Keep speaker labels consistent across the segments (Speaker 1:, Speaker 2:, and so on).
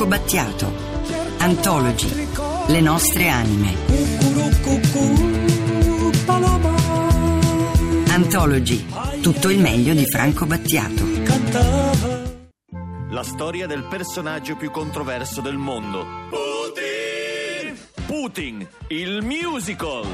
Speaker 1: Franco Battiato. Anthology, le nostre anime. Anthology, tutto il meglio di Franco Battiato.
Speaker 2: La storia del personaggio più controverso del mondo. Putin, il musical.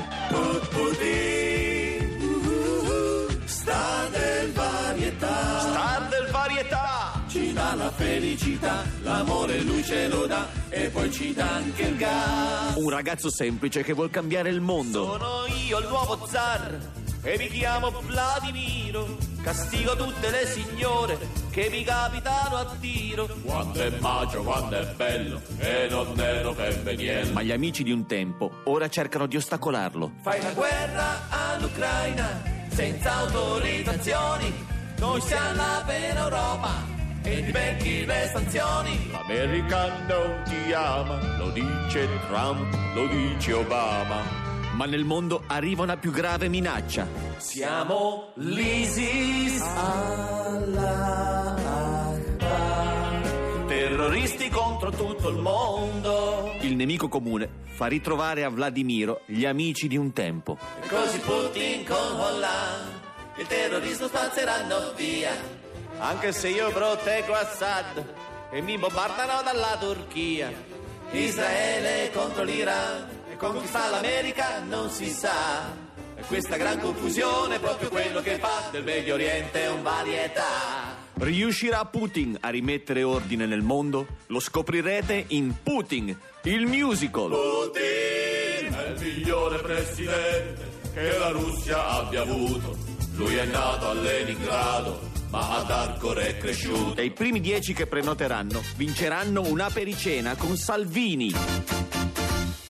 Speaker 3: Star del varietà.
Speaker 2: Star del varietà.
Speaker 3: Ci dà la felicità, l'amore lui ce lo dà e poi ci dà anche il gas.
Speaker 2: Un ragazzo semplice che vuol cambiare il mondo.
Speaker 3: Sono io il nuovo zar e mi chiamo Vladimiro. Castigo tutte le signore che mi capitano a tiro. Quando è maggio, quando è bello e non nero femminile.
Speaker 2: Ma gli amici di un tempo ora cercano di ostacolarlo.
Speaker 3: Fai la guerra all'Ucraina senza autorizzazioni. Noi siamo la vera Europa e ti becchi le sanzioni.
Speaker 2: L'America non ti ama, lo dice Trump, lo dice Obama. Ma nel mondo arriva una più grave minaccia.
Speaker 3: Siamo l'ISIS. Allah Akbar. Terroristi contro tutto il mondo.
Speaker 2: Il nemico comune fa ritrovare a Vladimiro gli amici di un tempo.
Speaker 3: E così Putin con Hollande il terrorismo spazzeranno via. Anche se io proteggo Assad e mi bombardano dalla Turchia. Israele contro l'Iran e conquistare l'America non si sa. E questa gran confusione è proprio quello che fa del Medio Oriente un varietà.
Speaker 2: Riuscirà Putin a rimettere ordine nel mondo? Lo scoprirete in Putin, il musical.
Speaker 3: Putin è il migliore presidente che la Russia abbia avuto. Lui è nato a Leningrado, ma ad Arcore è cresciuto.
Speaker 2: E i primi 10 che prenoteranno vinceranno una pericena con Salvini.